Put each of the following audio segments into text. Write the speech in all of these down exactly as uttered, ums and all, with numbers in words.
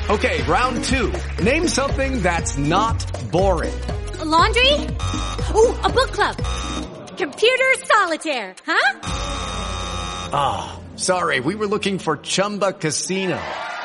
Okay, round two. Name something that's not boring. A laundry? Ooh, a book club. Computer solitaire, huh? Ah, oh, sorry, we were looking for Chumba Casino.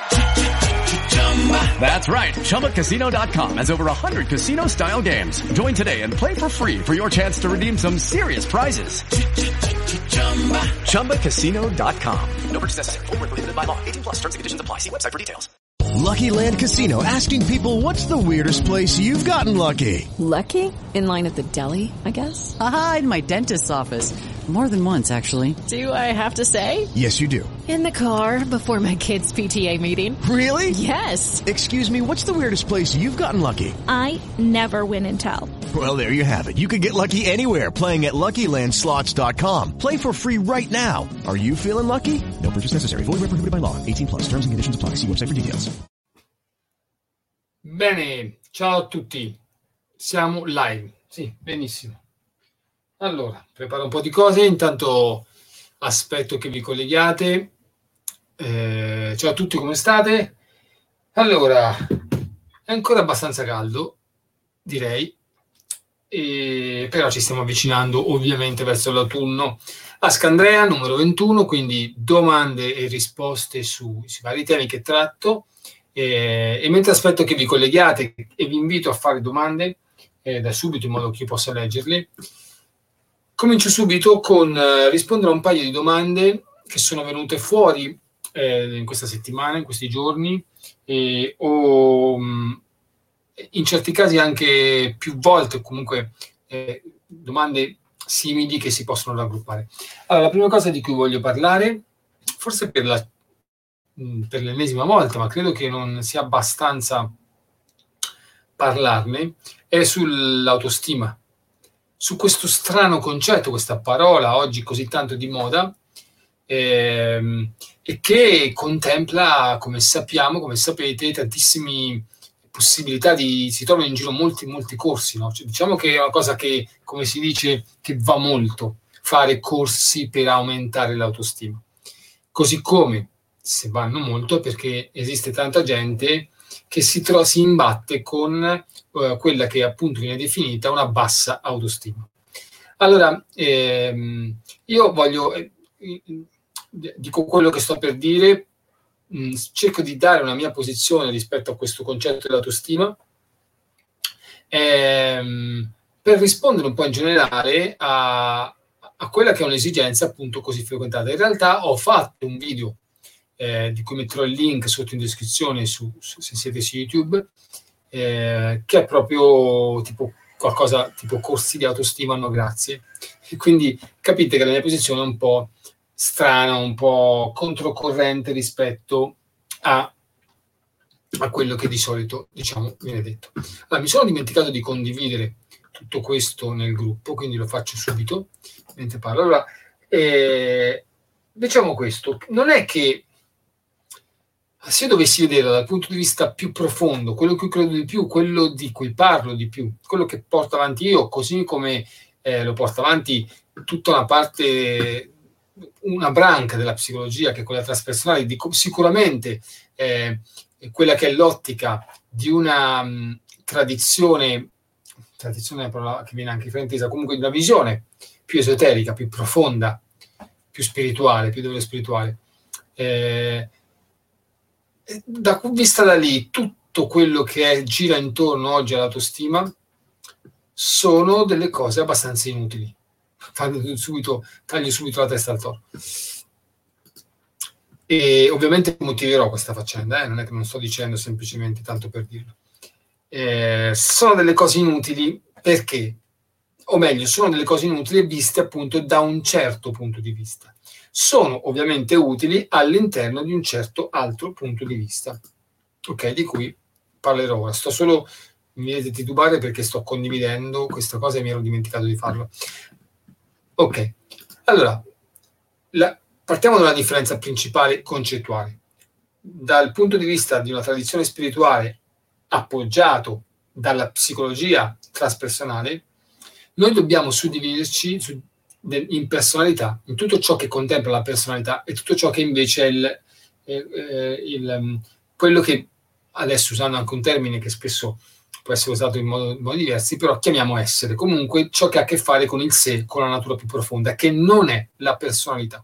That's right, Chumba Casino dot com has over one hundred casino-style games. Join today and play for free for your chance to redeem some serious prizes. Chumba Casino dot com. No purchase necessary. Void where prohibited by law. eighteen plus terms and conditions apply. See website for details. Lucky Land Casino, asking people, what's the weirdest place you've gotten lucky? Lucky? In line at the deli, I guess? Aha, in my dentist's office. More than once, actually. Do I have to say? Yes, you do. In the car before my kids' P T A meeting. Really? Yes. Excuse me, what's the weirdest place you've gotten lucky? I never win and tell. Well, there you have it. You can get lucky anywhere, playing at Lucky Land Slots dot com. Play for free right now. Are you feeling lucky? No purchase necessary. Void where prohibited by law. eighteen plus. Terms and conditions apply. See website for details. Bene, ciao a tutti. Siamo live. Sì, benissimo. Allora, preparo un po' di cose, intanto aspetto che vi colleghiate. Eh, ciao a tutti, come state? Allora, è ancora abbastanza caldo, direi, e, però ci stiamo avvicinando ovviamente verso l'autunno. Ascandrea, numero ventuno, quindi domande e risposte su, sui vari temi che tratto. Eh, e mentre aspetto che vi colleghiate e vi invito a fare domande eh, da subito in modo che io possa leggerle, comincio subito con eh, rispondere a un paio di domande che sono venute fuori eh, in questa settimana, in questi giorni, eh, o mh, in certi casi anche più volte, comunque eh, domande simili che si possono raggruppare. Allora, la prima cosa di cui voglio parlare, forse per la per l'ennesima volta, ma credo che non sia abbastanza parlarne, è sull'autostima, su questo strano concetto, questa parola oggi così tanto di moda, ehm, e che contempla, come sappiamo, come sapete, tantissime possibilità di, si trovano in giro molti, molti corsi, no? Cioè, diciamo che è una cosa che, come si dice, che va molto, fare corsi per aumentare l'autostima. Così come se vanno molto perché esiste tanta gente che si, tro- si imbatte con eh, quella che appunto viene definita una bassa autostima. Allora, ehm, io voglio, eh, dico quello che sto per dire, mh, cerco di dare una mia posizione rispetto a questo concetto dell'autostima, ehm, per rispondere un po' in generale a, a quella che è un'esigenza appunto così frequentata. In realtà ho fatto un video Eh, di cui metterò il link sotto in descrizione su, su, se siete su YouTube, eh, che è proprio tipo qualcosa tipo corsi di autostima, no grazie. E quindi capite che la mia posizione è un po' strana, un po' controcorrente rispetto a, a quello che di solito diciamo viene detto. Allora, mi sono dimenticato di condividere tutto questo nel gruppo, quindi lo faccio subito mentre parlo. Allora, eh, diciamo questo, non è che se io dovessi vedere dal punto di vista più profondo, quello che credo di più, quello di cui parlo di più, quello che porto avanti io, così come eh, lo porto avanti tutta una parte, una branca della psicologia, che è quella traspersonale, di, sicuramente eh, quella che è l'ottica di una mh, tradizione, tradizione è una parola che viene anche fraintesa, comunque di una visione più esoterica, più profonda, più spirituale, più spirituale. Eh, Da, vista da lì, tutto quello che è, gira intorno oggi all'autostima sono delle cose abbastanza inutili. Subito, taglio subito la testa al toro. E ovviamente motiverò questa faccenda, eh? Non è che non sto dicendo semplicemente tanto per dirlo. Eh, sono delle cose inutili perché, o meglio, sono delle cose inutili viste appunto da un certo punto di vista. Sono ovviamente utili all'interno di un certo altro punto di vista, ok, di cui parlerò ora. Sto solo, mi vedete titubare perché sto condividendo questa cosa e mi ero dimenticato di farlo. Ok, allora, la, partiamo dalla differenza principale concettuale. Dal punto di vista di una tradizione spirituale appoggiato dalla psicologia transpersonale, noi dobbiamo suddividerci su in personalità, in tutto ciò che contempla la personalità e tutto ciò che invece è il, eh, il, quello che adesso usando anche un termine che spesso può essere usato in modo, in modi diversi, però chiamiamo essere, comunque ciò che ha a che fare con il sé, con la natura più profonda, che non è la personalità.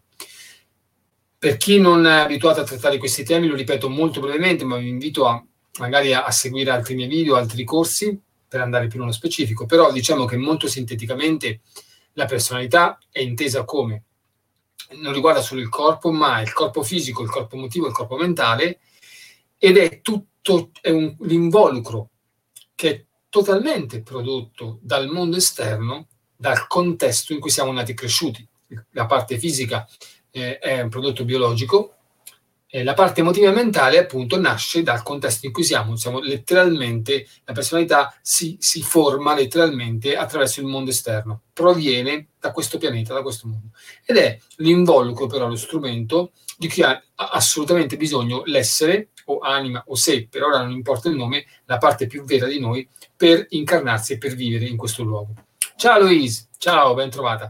Per chi non è abituato a trattare questi temi, lo ripeto molto brevemente, ma vi invito a magari a, a seguire altri miei video, altri corsi, per andare più nello specifico, però diciamo che molto sinteticamente la personalità è intesa come, non riguarda solo il corpo, ma il corpo fisico, il corpo emotivo, il corpo mentale, ed è tutto, è un, l'involucro che è totalmente prodotto dal mondo esterno, dal contesto in cui siamo nati e cresciuti. La parte fisica eh, è un prodotto biologico, e la parte emotiva e mentale appunto nasce dal contesto in cui siamo. Siamo letteralmente, la personalità si, si forma letteralmente attraverso il mondo esterno, proviene da questo pianeta, da questo mondo, ed è l'involucro, però lo strumento di cui ha assolutamente bisogno l'essere, o anima, o sé, per ora non importa il nome, la parte più vera di noi, per incarnarsi e per vivere in questo luogo. Ciao Louise, ciao, ben trovata.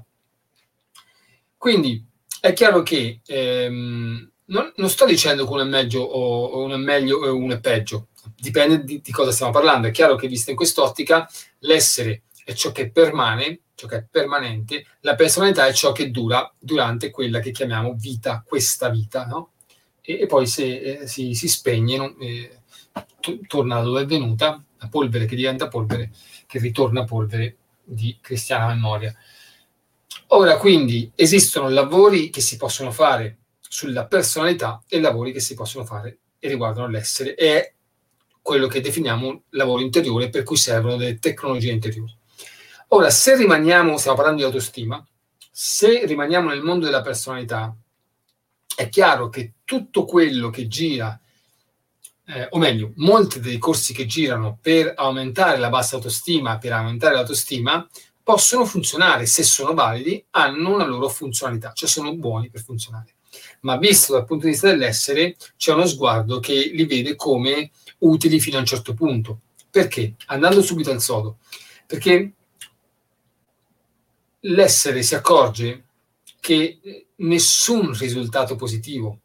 Quindi è chiaro che ehm, non, non sto dicendo che uno è meglio o, o uno è meglio o uno è peggio, dipende di, di cosa stiamo parlando. È chiaro che vista in quest'ottica l'essere è ciò che permane, ciò che è permanente, la personalità è ciò che dura durante quella che chiamiamo vita, questa vita, no? E, e poi se eh, si, si spegne, no? eh, to- torna da dove è venuta, la polvere che diventa polvere, che ritorna polvere di cristiana memoria. Ora, quindi, esistono lavori che si possono fare sulla personalità e lavori che si possono fare e riguardano l'essere, e è quello che definiamo lavoro interiore, per cui servono delle tecnologie interiori. Ora, se rimaniamo, stiamo parlando di autostima, se rimaniamo nel mondo della personalità, è chiaro che tutto quello che gira, eh, o meglio, molti dei corsi che girano per aumentare la bassa autostima, per aumentare l'autostima, possono funzionare, se sono validi, hanno una loro funzionalità, cioè sono buoni per funzionare. Ma visto dal punto di vista dell'essere, c'è uno sguardo che li vede come utili fino a un certo punto. Perché? Andando subito al sodo. Perché l'essere si accorge che nessun risultato positivo,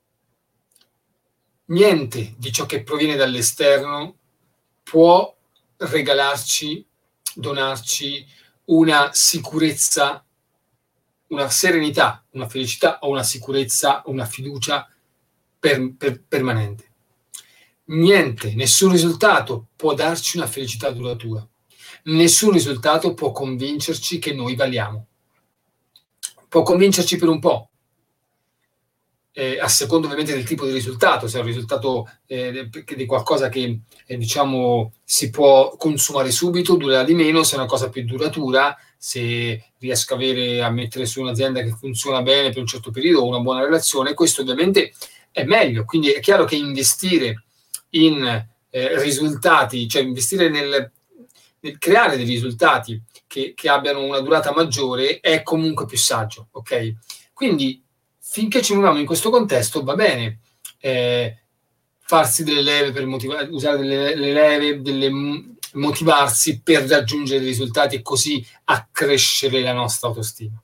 niente di ciò che proviene dall'esterno può regalarci, donarci una sicurezza, una serenità, una felicità o una sicurezza, una fiducia per, per, permanente. Niente, nessun risultato può darci una felicità duratura. Nessun risultato può convincerci che noi valiamo. Può convincerci per un po', eh, a seconda ovviamente del tipo di risultato, se è un risultato eh, di qualcosa che eh, diciamo si può consumare subito, durerà di meno. Se è una cosa più duratura, se riesco a, avere, a mettere su un'azienda che funziona bene per un certo periodo o una buona relazione, questo ovviamente è meglio. Quindi è chiaro che investire in eh, risultati, cioè investire nel, nel creare dei risultati che, che abbiano una durata maggiore è comunque più saggio, ok? Quindi finché ci muoviamo in questo contesto va bene eh, farsi delle leve per motivare, usare delle, delle leve, delle, motivarsi per raggiungere dei risultati e così accrescere la nostra autostima.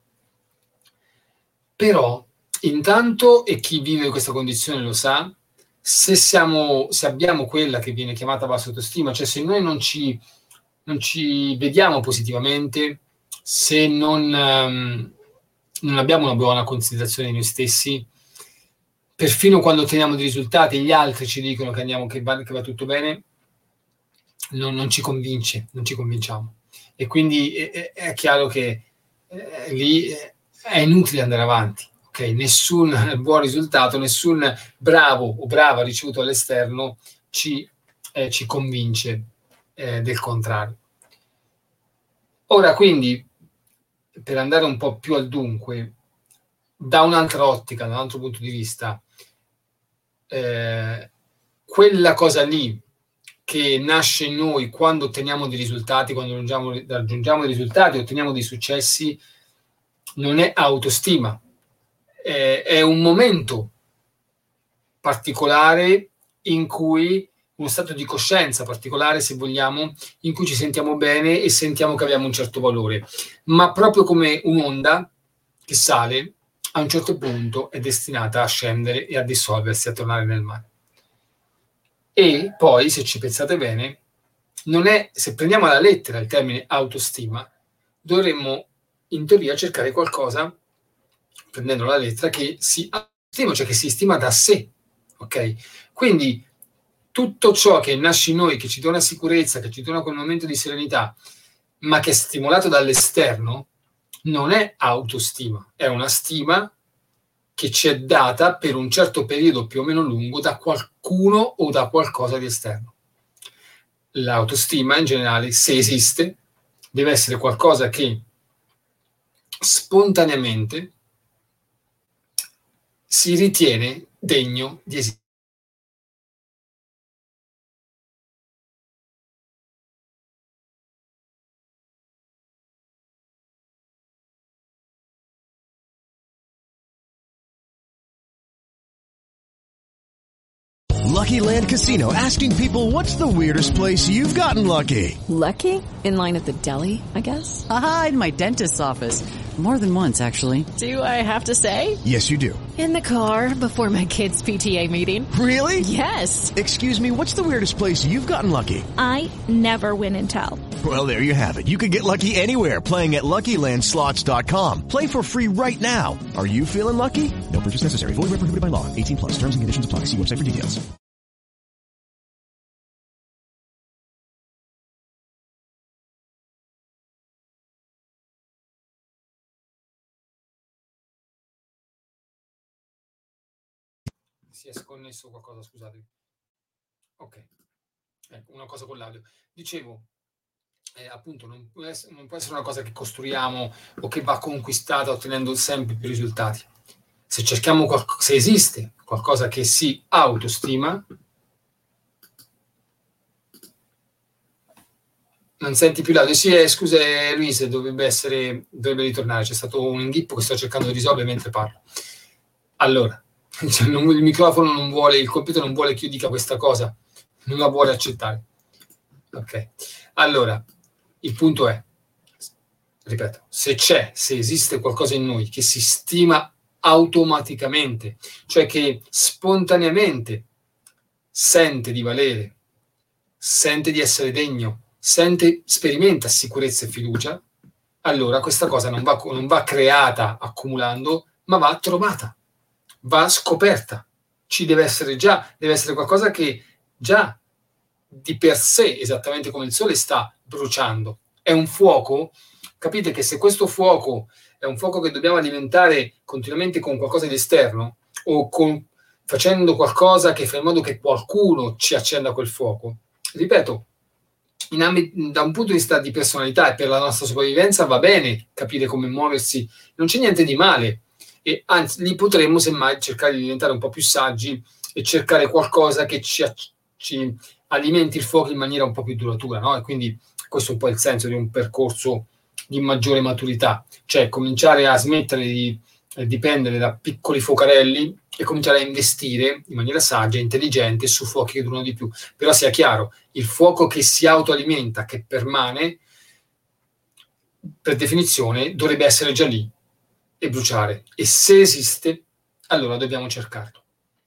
Però intanto, e chi vive questa condizione lo sa, se, siamo, se abbiamo quella che viene chiamata bassa autostima, cioè se noi non ci, non ci vediamo positivamente, se non, um, non abbiamo una buona considerazione di noi stessi, perfino quando otteniamo dei risultati e gli altri ci dicono che, andiamo, che, va, che va tutto bene, non, non ci convince, non ci convinciamo. E quindi è, è chiaro che eh, lì è inutile andare avanti. Okay, nessun buon risultato, nessun bravo o brava ricevuto all'esterno ci, eh, ci convince eh, del contrario. Ora, quindi, per andare un po' più al dunque, da un'altra ottica, da un altro punto di vista, eh, quella cosa lì che nasce in noi quando otteniamo dei risultati, quando raggiungiamo, raggiungiamo dei risultati, otteniamo dei successi, non è autostima. È un momento particolare in cui, uno stato di coscienza particolare, se vogliamo, in cui ci sentiamo bene e sentiamo che abbiamo un certo valore. Ma proprio come un'onda che sale, a un certo punto è destinata a scendere e a dissolversi, a tornare nel mare. E poi, se ci pensate bene, non è, se prendiamo alla lettera il termine autostima, dovremmo in teoria cercare qualcosa, prendendo la lettera, che si stima, cioè che si stima da sé, ok? Quindi tutto ciò che nasce in noi, che ci dona sicurezza, che ci dona quel momento di serenità, ma che è stimolato dall'esterno, non è autostima, è una stima che ci è data per un certo periodo più o meno lungo da qualcuno o da qualcosa di esterno. L'autostima in generale, se esiste, deve essere qualcosa che spontaneamente si ritiene degno di esistere. Lucky Land Casino, asking people, what's the weirdest place you've gotten lucky? Lucky? In line at the deli, I guess? Aha, in my dentist's office. More than once, actually. Do I have to say? Yes, you do. In the car before my kids' P T A meeting. Really? Yes. Excuse me, what's the weirdest place you've gotten lucky? I never win and tell. Well, there you have it. You can get lucky anywhere, playing at Lucky Land Slots dot com. Play for free right now. Are you feeling lucky? No purchase necessary. Void where prohibited by law. eighteen plus. Terms and conditions apply. See website for details. Si è sconnesso qualcosa, scusate. Ok, ecco, una cosa con l'audio. Dicevo, eh, appunto, non può, essere, non può essere una cosa che costruiamo o che va conquistata ottenendo sempre più risultati. Se cerchiamo, qualco- se esiste qualcosa che si autostima, non senti più l'audio. Sì, eh, scusa Luisa, dovrebbe essere, dovrebbe ritornare. C'è stato un inghippo che sto cercando di risolvere mentre parlo. Allora, cioè, non, il microfono non vuole, il computer non vuole che io dica questa cosa, non la vuole accettare. Ok, allora il punto è, ripeto, se c'è, se esiste qualcosa in noi che si stima automaticamente, cioè che spontaneamente sente di valere, sente di essere degno, sente, sperimenta sicurezza e fiducia, allora questa cosa non va, non va creata accumulando, ma va trovata, va scoperta. Ci deve essere già, deve essere qualcosa che già di per sé, esattamente come il sole, sta bruciando. È un fuoco, capite che se questo fuoco è un fuoco che dobbiamo alimentare continuamente con qualcosa di esterno o con, facendo qualcosa che fa in modo che qualcuno ci accenda quel fuoco, ripeto, in ambito, da un punto di vista di personalità e per la nostra sopravvivenza va bene capire come muoversi, non c'è niente di male, e anzi lì potremmo semmai cercare di diventare un po' più saggi e cercare qualcosa che ci, ci alimenti il fuoco in maniera un po' più duratura, no? E quindi questo è un po' il senso di un percorso di maggiore maturità, cioè cominciare a smettere di eh, dipendere da piccoli fuocarelli e cominciare a investire in maniera saggia e intelligente su fuochi che durano di più. Però sia chiaro, il fuoco che si autoalimenta, che permane, per definizione dovrebbe essere già lì e bruciare, e se esiste allora dobbiamo cercarlo.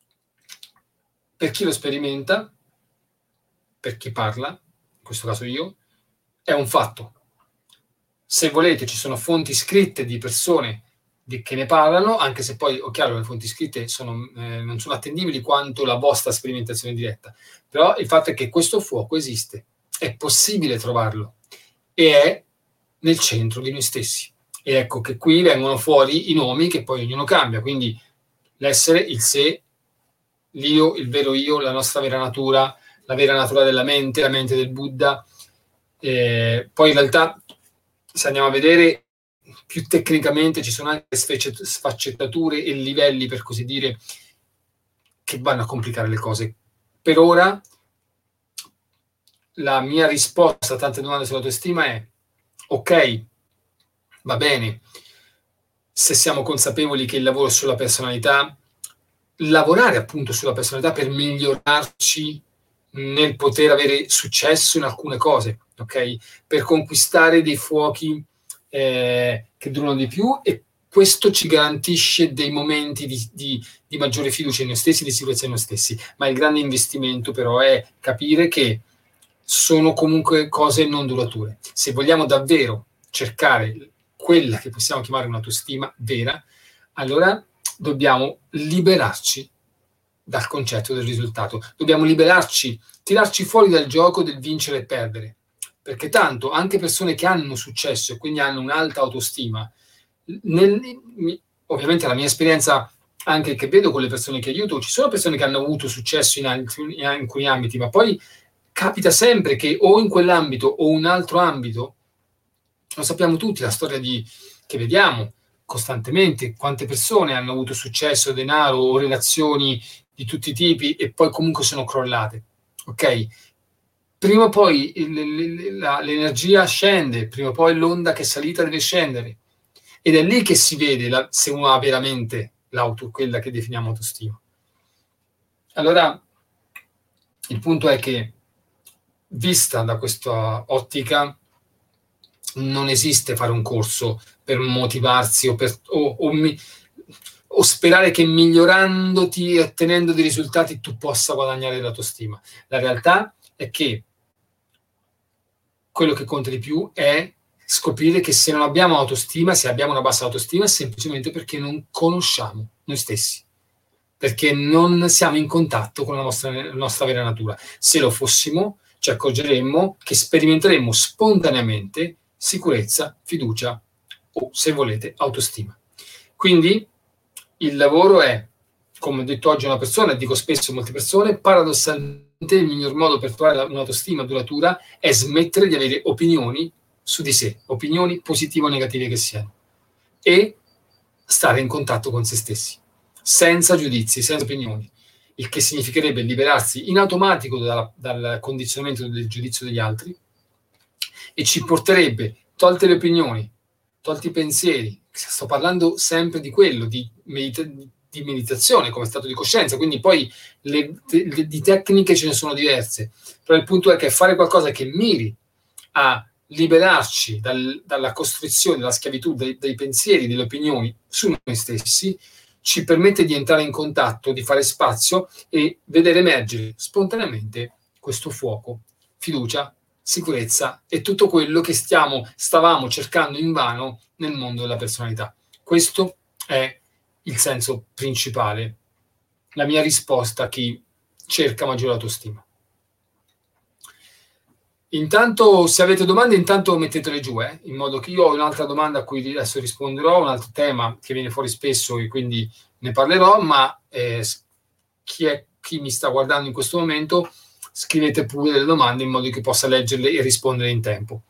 Per chi lo sperimenta, per chi parla, in questo caso io, è un fatto. Se volete ci sono fonti scritte di persone di, che ne parlano, anche se poi, oh, chiaro, le fonti scritte sono, eh, non sono attendibili quanto la vostra sperimentazione diretta, però il fatto è che questo fuoco esiste, è possibile trovarlo e è nel centro di noi stessi. E ecco che qui vengono fuori i nomi che poi ognuno cambia, quindi l'essere, il sé, l'io, il vero io, la nostra vera natura, la vera natura della mente, la mente del Buddha. Eh, poi in realtà, se andiamo a vedere più tecnicamente, ci sono anche sfaccettature e livelli, per così dire, che vanno a complicare le cose. Per ora la mia risposta a tante domande sull'autostima è: ok, va bene, se siamo consapevoli che il lavoro sulla personalità, lavorare appunto sulla personalità per migliorarci nel poter avere successo in alcune cose, ok? Per conquistare dei fuochi eh, che durano di più e questo ci garantisce dei momenti di, di, di maggiore fiducia in noi stessi, di sicurezza in noi stessi, ma il grande investimento però è capire che sono comunque cose non durature. Se vogliamo davvero cercare quella che possiamo chiamare un'autostima vera, allora dobbiamo liberarci dal concetto del risultato, dobbiamo liberarci, tirarci fuori dal gioco del vincere e perdere, perché tanto anche persone che hanno successo e quindi hanno un'alta autostima, nel, ovviamente la mia esperienza anche che vedo con le persone che aiuto, ci sono persone che hanno avuto successo in, altri, in alcuni ambiti, ma poi capita sempre che o in quell'ambito o un altro ambito, lo sappiamo tutti, la storia di, che vediamo costantemente, quante persone hanno avuto successo, denaro o relazioni di tutti i tipi e poi comunque sono crollate, ok? Prima o poi il, la, l'energia scende, prima o poi l'onda che è salita deve scendere, ed è lì che si vede la, se uno ha veramente l'auto, quella che definiamo autostima. Allora, il punto è che, vista da questa ottica, non esiste fare un corso per motivarsi o, per, o, o, mi, o sperare che migliorandoti e ottenendo dei risultati tu possa guadagnare l'autostima. La realtà è che quello che conta di più è scoprire che se non abbiamo autostima, se abbiamo una bassa autostima, è semplicemente perché non conosciamo noi stessi, perché non siamo in contatto con la nostra, la nostra vera natura. Se lo fossimo, ci accorgeremmo che sperimenteremmo spontaneamente sicurezza, fiducia o, se volete, autostima. Quindi il lavoro è, come ho detto oggi a una persona, e dico spesso a molte persone, paradossalmente il miglior modo per trovare un'autostima duratura è smettere di avere opinioni su di sé, opinioni positive o negative che siano, e stare in contatto con se stessi, senza giudizi, senza opinioni, il che significherebbe liberarsi in automatico dal, dal condizionamento del giudizio degli altri, e ci porterebbe, tolte le opinioni, tolti i pensieri, sto parlando sempre di quello, di, medita- di meditazione come stato di coscienza, quindi poi le, le, di tecniche ce ne sono diverse, però il punto è che fare qualcosa che miri a liberarci dal, dalla costrizione, dalla schiavitù dei, dei pensieri, delle opinioni su noi stessi, ci permette di entrare in contatto, di fare spazio e vedere emergere spontaneamente questo fuoco, fiducia, sicurezza e tutto quello che stiamo, stavamo cercando invano nel mondo della personalità. Questo è il senso principale, la mia risposta a chi cerca maggiore autostima. Intanto, se avete domande, intanto mettetele giù, eh, in modo che io ho un'altra domanda a cui adesso risponderò, un altro tema che viene fuori spesso e quindi ne parlerò, ma eh, chi, è, chi mi sta guardando in questo momento, scrivete pure delle domande in modo che possa leggerle e rispondere in tempo.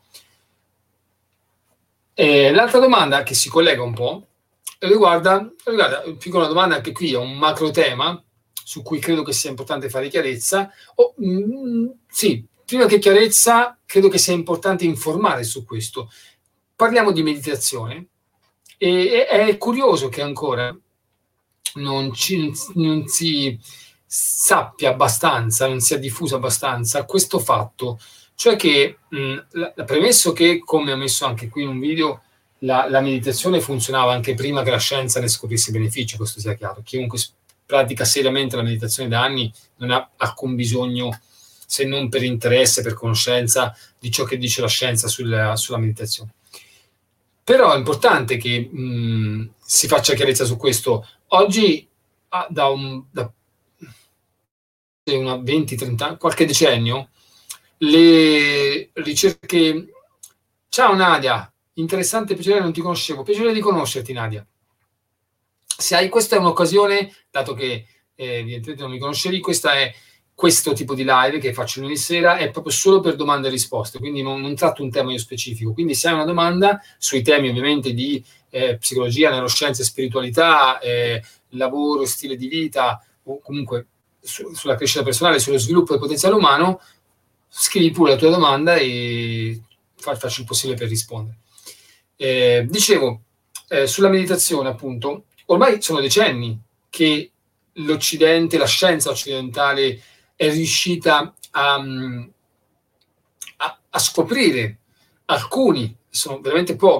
E l'altra domanda che si collega un po' riguarda, riguarda più che una domanda, anche qui è un macro tema su cui credo che sia importante fare chiarezza. Oh, mm, sì, prima che chiarezza, credo che sia importante informare su questo. Parliamo di meditazione e è curioso che ancora non, ci, non si sappia abbastanza, non sia diffuso abbastanza questo fatto, cioè che mh, la, la premesso che, come ho messo anche qui in un video, la, la meditazione funzionava anche prima che la scienza ne scoprisse i benefici, questo sia chiaro. Chiunque pratica seriamente la meditazione da anni non ha alcun bisogno, se non per interesse, per conoscenza, di ciò che dice la scienza sulla, sulla meditazione. Però è importante che mh, si faccia chiarezza su questo. Oggi, ah, da un da una venti trenta qualche decennio, le ricerche... Ciao Nadia, interessante, piacere, non ti conoscevo. Piacere di conoscerti, Nadia. Se hai, questa è un'occasione, dato che eh, evidentemente non mi conoscevi, questa è questo tipo di live che faccio lunedì sera, è proprio solo per domande e risposte, quindi non, non tratto un tema io specifico. Quindi se hai una domanda sui temi ovviamente di eh, psicologia, neuroscienze, spiritualità, eh, lavoro, stile di vita, o comunque su, sulla crescita personale, sullo sviluppo del potenziale umano, scrivi pure la tua domanda e fa, faccio il possibile per rispondere. Eh, dicevo, eh, sulla meditazione appunto, ormai sono decenni che l'Occidente, la scienza occidentale è riuscita a, a, a scoprire alcuni, sono veramente po-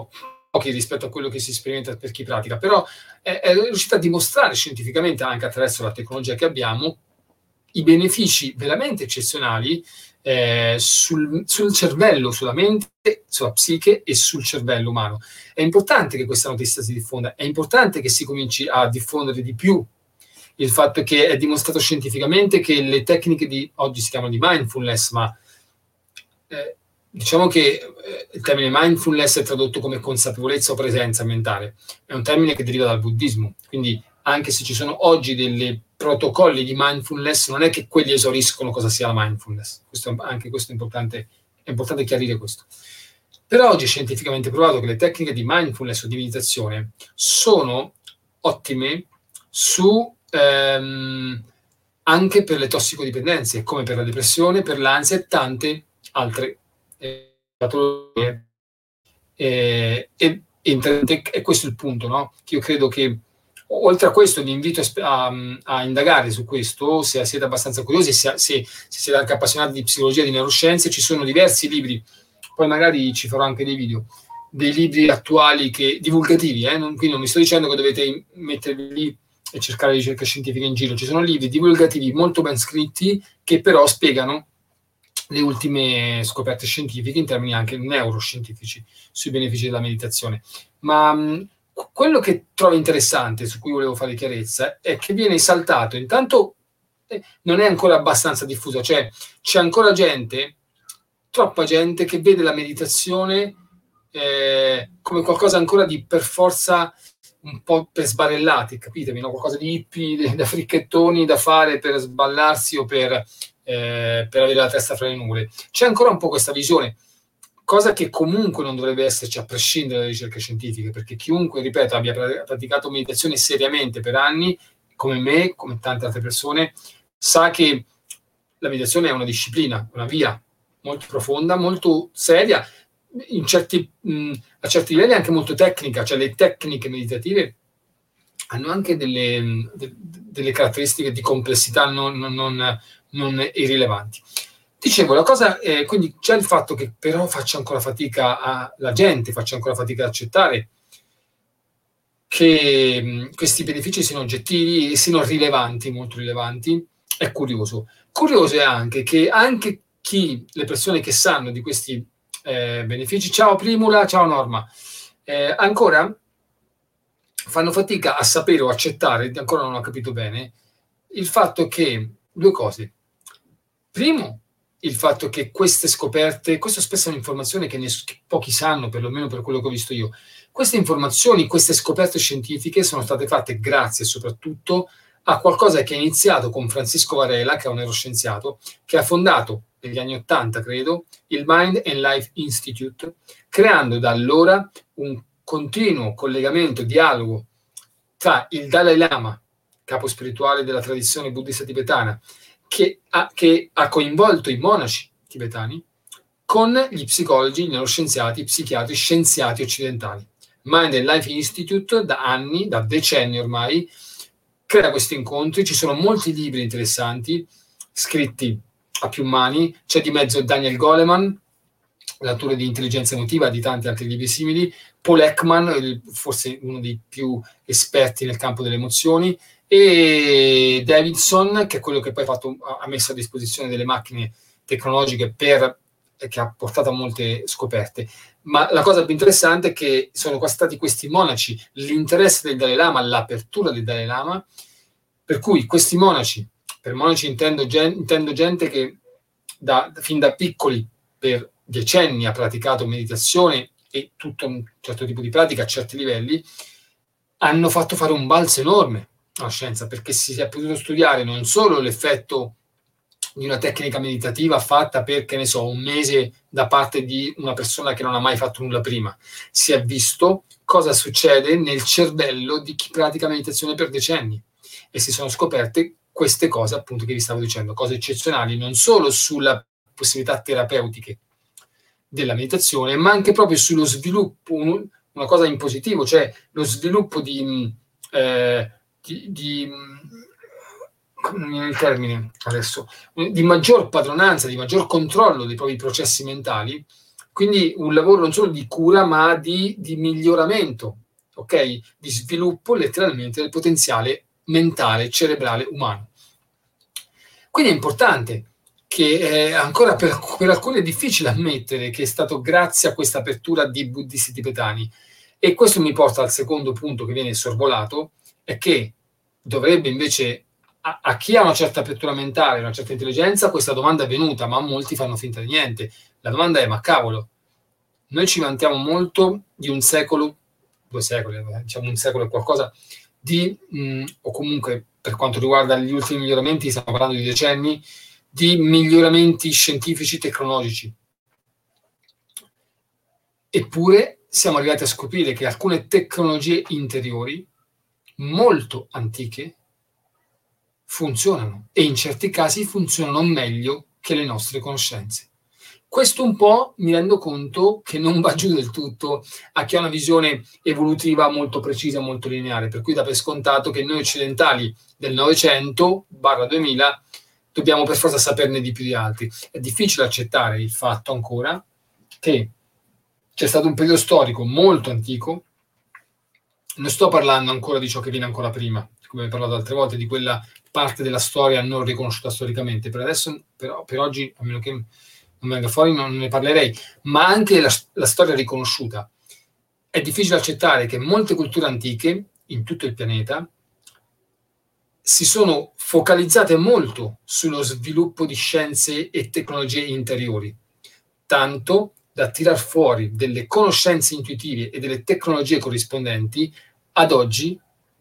pochi rispetto a quello che si sperimenta per chi pratica, però è, è riuscita a dimostrare scientificamente, anche attraverso la tecnologia che abbiamo, i benefici veramente eccezionali eh, sul, sul cervello, sulla mente, sulla psiche e sul cervello umano. È importante che questa notizia si diffonda, è importante che si cominci a diffondere di più il fatto che è dimostrato scientificamente che le tecniche di, oggi si chiamano di mindfulness, ma eh, diciamo che eh, il termine mindfulness è tradotto come consapevolezza o presenza mentale, è un termine che deriva dal buddismo, quindi anche se ci sono oggi dei protocolli di mindfulness, non è che quelli esauriscono cosa sia la mindfulness. Questo, anche questo è importante, è importante chiarire questo. Però oggi è scientificamente provato che le tecniche di mindfulness o di meditazione sono ottime su ehm, anche per le tossicodipendenze, come per la depressione, per l'ansia e tante altre eh, patologie. E, e, e questo è il punto, no? Che io credo che oltre a questo vi invito a, a, a indagare su questo, se siete abbastanza curiosi, se, se, se siete anche appassionati di psicologia e di neuroscienze. Ci sono diversi libri, poi magari ci farò anche dei video, dei libri attuali che, divulgativi, eh? non, quindi non mi sto dicendo che dovete mettervi lì e cercare ricerche scientifiche in giro. Ci sono libri divulgativi molto ben scritti che però spiegano le ultime scoperte scientifiche in termini anche neuroscientifici sui benefici della meditazione. Ma mh, quello che trovo interessante, su cui volevo fare chiarezza, è che viene esaltato, intanto eh, non è ancora abbastanza diffuso, cioè c'è ancora gente, troppa gente, che vede la meditazione eh, come qualcosa ancora di per forza un po' per sbarellati, capitemi, no? Qualcosa di hippie, da fricchettoni da fare per sballarsi o per, eh, per avere la testa fra le nuvole. C'è ancora un po' questa visione, cosa che comunque non dovrebbe esserci a prescindere dalle ricerche scientifiche, perché chiunque, ripeto, abbia praticato meditazione seriamente per anni, come me, come tante altre persone, sa che la meditazione è una disciplina, una via molto profonda, molto seria, in certi, mh, a certi livelli anche molto tecnica, cioè le tecniche meditative hanno anche delle, de, delle caratteristiche di complessità non, non, non irrilevanti. Dicevo, la cosa, eh, quindi c'è il fatto che però faccia ancora fatica a, la gente, faccia ancora fatica ad accettare che mh, questi benefici siano oggettivi e siano rilevanti, molto rilevanti. È curioso. Curioso è anche che anche chi, le persone che sanno di questi eh, benefici, ciao Primula, ciao Norma, eh, ancora fanno fatica a sapere o accettare, ancora non ho capito bene, il fatto che, due cose. Primo, il fatto che queste scoperte, questo spesso è un'informazione che, ne, che pochi sanno, perlomeno per quello che ho visto io, queste informazioni, queste scoperte scientifiche sono state fatte grazie soprattutto a qualcosa che è iniziato con Francisco Varela, che è un neuroscienziato, che ha fondato negli anni Ottanta, credo, il Mind and Life Institute, creando da allora un continuo collegamento, dialogo tra il Dalai Lama, capo spirituale della tradizione buddista tibetana, che ha, che ha coinvolto i monaci tibetani, con gli psicologi, i neuroscienziati, i psichiatri, scienziati occidentali. Mind and Life Institute da anni, da decenni ormai, crea questi incontri. Ci sono molti libri interessanti scritti a più mani, c'è di mezzo Daniel Goleman, l'autore di Intelligenza Emotiva, di tanti altri libri simili, Paul Ekman, forse uno dei più esperti nel campo delle emozioni, e Davidson, che è quello che poi ha, fatto, ha messo a disposizione delle macchine tecnologiche per, che ha portato a molte scoperte. Ma la cosa più interessante è che sono stati questi monaci, l'interesse del Dalai Lama, l'apertura del Dalai Lama, per cui questi monaci, per monaci intendo, gen, intendo gente che da, fin da piccoli per decenni ha praticato meditazione e tutto un certo tipo di pratica a certi livelli, hanno fatto fare un balzo enorme alla scienza, perché si è potuto studiare non solo l'effetto di una tecnica meditativa fatta per, che ne so, un mese da parte di una persona che non ha mai fatto nulla prima, si è visto cosa succede nel cervello di chi pratica meditazione per decenni, e si sono scoperte queste cose, appunto, che vi stavo dicendo, cose eccezionali non solo sulla possibilità terapeutiche della meditazione, ma anche proprio sullo sviluppo, un, una cosa in positivo, cioè lo sviluppo di, eh, di, di non mi viene il termine adesso, di maggior padronanza, di maggior controllo dei propri processi mentali, Quindi un lavoro non solo di cura, ma di, di miglioramento, ok? Di sviluppo letteralmente del potenziale mentale, cerebrale, umano. Quindi è importante che eh, ancora per, per alcuni è difficile ammettere che è stato grazie a questa apertura di buddisti tibetani. E questo mi porta al secondo punto che viene sorvolato, è che dovrebbe invece, a, a chi ha una certa apertura mentale, una certa intelligenza, questa domanda è venuta, ma molti fanno finta di niente. La domanda è, ma cavolo, noi ci vantiamo molto di un secolo, due secoli, diciamo un secolo e qualcosa, di, mh, o comunque per quanto riguarda gli ultimi miglioramenti, stiamo parlando di decenni, di miglioramenti scientifici, tecnologici. Eppure siamo arrivati a scoprire che alcune tecnologie interiori, molto antiche, funzionano e in certi casi funzionano meglio che le nostre conoscenze. Questo un po' mi rendo conto che non va giù del tutto a chi ha una visione evolutiva molto precisa, molto lineare, per cui dà per scontato che noi occidentali del Novecento duemila dobbiamo per forza saperne di più di altri. È difficile accettare il fatto ancora che c'è stato un periodo storico molto antico, non sto parlando ancora di ciò che viene ancora prima, come ho parlato altre volte, di quella parte della storia non riconosciuta storicamente, per adesso, però, per oggi, a meno che non venga fuori, non ne parlerei, ma anche la, la storia riconosciuta. È difficile accettare che molte culture antiche, in tutto il pianeta, si sono focalizzate molto sullo sviluppo di scienze e tecnologie interiori, tanto da tirar fuori delle conoscenze intuitive e delle tecnologie corrispondenti ad oggi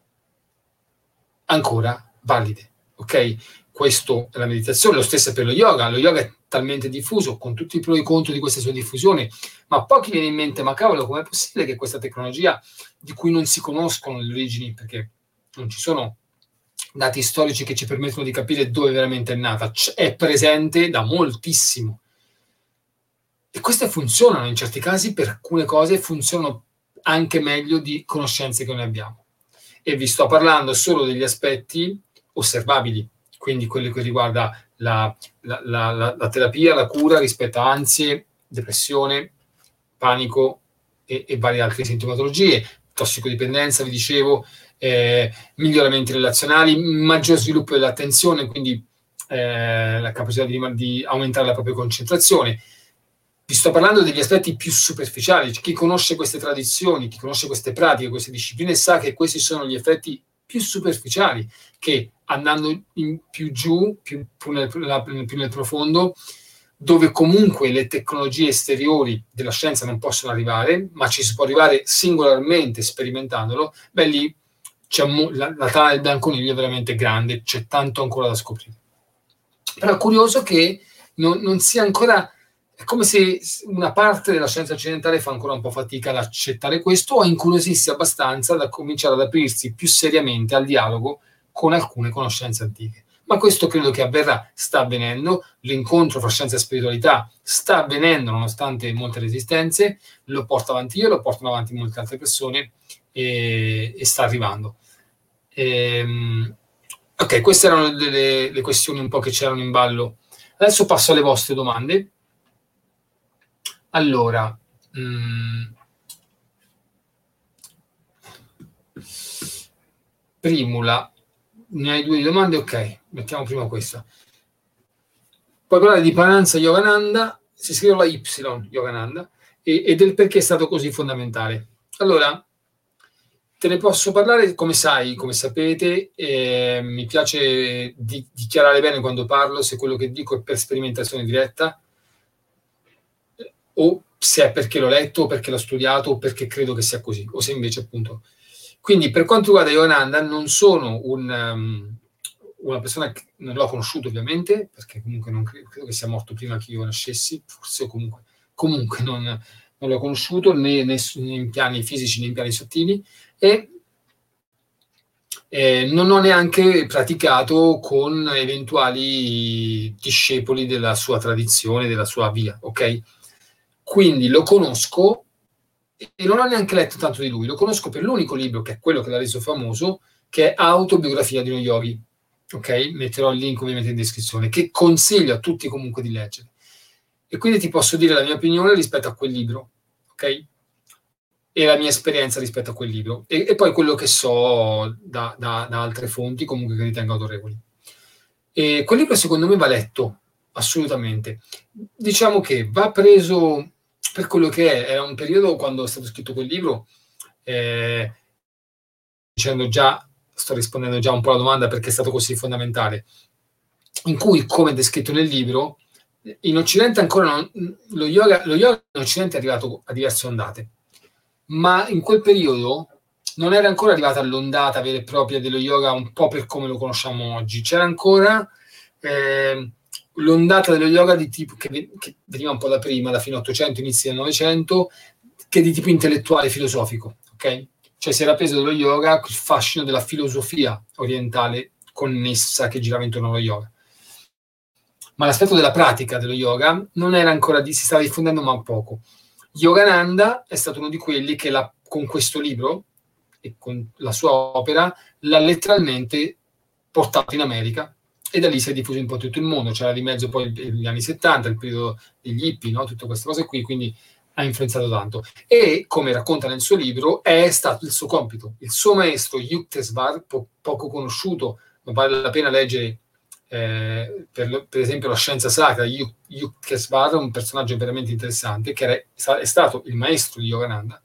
ancora valide, ok? Questo è la meditazione, lo stesso è per lo yoga. Lo yoga è talmente diffuso, con tutti i pro e i contro di questa sua diffusione, ma pochi viene in mente, ma cavolo, com'è possibile che questa tecnologia, di cui non si conoscono le origini, perché non ci sono dati storici che ci permettono di capire dove veramente è nata, è presente da moltissimo. E queste funzionano, in certi casi, per alcune cose funzionano anche meglio di conoscenze che noi abbiamo. E vi sto parlando solo degli aspetti osservabili, quindi quello che riguarda la, la, la, la, la terapia, la cura rispetto a ansie, depressione, panico e, e varie altre sintomatologie, tossicodipendenza, vi dicevo, eh, miglioramenti relazionali, maggior sviluppo dell'attenzione, quindi eh, la capacità di, di aumentare la propria concentrazione. Vi sto parlando degli aspetti più superficiali. Chi conosce queste tradizioni, chi conosce queste pratiche, queste discipline, sa che questi sono gli effetti più superficiali, che andando in più giù, più, più, nel, più nel profondo, dove comunque le tecnologie esteriori della scienza non possono arrivare, ma ci si può arrivare singolarmente sperimentandolo, beh lì c'è mo- la, la tana del bianconiglio è veramente grande, c'è tanto ancora da scoprire. Però è curioso che non, non sia ancora... È come se una parte della scienza occidentale fa ancora un po' fatica ad accettare questo o a incuriosirsi abbastanza da cominciare ad aprirsi più seriamente al dialogo con alcune conoscenze antiche. Ma questo credo che avverrà, sta avvenendo, l'incontro fra scienza e spiritualità sta avvenendo nonostante molte resistenze, lo porto avanti io, lo portano avanti molte altre persone e, e sta arrivando. Ehm, ok, queste erano le, le questioni un po' che c'erano in ballo. Adesso passo alle vostre domande. Allora, mh, Primula, ne hai due domande? Ok, mettiamo prima questa. Puoi parlare di Paransa Yogananda, si scrive la Y, Yogananda, e, e del perché è stato così fondamentale. Allora, te ne posso parlare, come sai, come sapete, eh, mi piace di, dichiarare bene quando parlo se quello che dico è per sperimentazione diretta, o se è perché l'ho letto, o perché l'ho studiato, o perché credo che sia così, o se invece appunto... Quindi per quanto riguarda Yogananda, non sono un, um, una persona che non l'ho conosciuto ovviamente, perché comunque non credo, credo che sia morto prima che io nascessi, forse comunque, comunque non, non l'ho conosciuto né, né in piani fisici né in piani sottili, e eh, non ho neanche praticato con eventuali discepoli della sua tradizione, della sua via, ok? Quindi lo conosco e non ho neanche letto tanto di lui, lo conosco per l'unico libro, che è quello che l'ha reso famoso, che è Autobiografia di uno yogi, ok? Metterò il link ovviamente in descrizione, che consiglio a tutti comunque di leggere. e quindi ti posso dire la mia opinione rispetto a quel libro, ok? E la mia esperienza rispetto a quel libro, e, e poi quello che so da, da, da altre fonti comunque che ritengo autorevoli. E quel libro secondo me va letto, assolutamente. Diciamo che va preso per quello che è. Era un periodo, quando è stato scritto quel libro, eh, dicendo già, sto rispondendo già un po' alla domanda perché è stato così fondamentale, in cui, come descritto nel libro, in Occidente ancora non, lo yoga, lo yoga in Occidente è arrivato a diverse ondate, ma in quel periodo non era ancora arrivata all'ondata vera e propria dello yoga un po' per come lo conosciamo oggi. C'era ancora eh, l'ondata dello yoga di tipo che, che veniva un po' da prima, da fine ottocento, inizi del novecento, che è di tipo intellettuale filosofico, ok? Cioè si era preso dallo yoga il fascino della filosofia orientale connessa che girava intorno allo yoga. Ma l'aspetto della pratica dello yoga non era ancora, di, si stava diffondendo ma poco. Yogananda è stato uno di quelli che la, con questo libro e con la sua opera l'ha letteralmente portato in America, e da lì si è diffuso un po' tutto il mondo. C'era di mezzo poi gli anni settanta, il periodo degli hippie, no? Tutte queste cose qui, quindi ha influenzato tanto. E, come racconta nel suo libro, è stato il suo compito. Il suo maestro Yukteswar, po- poco conosciuto, ma vale la pena leggere eh, per, per esempio la scienza sacra. Yukteswar è un personaggio veramente interessante, che era, è stato il maestro di Yogananda.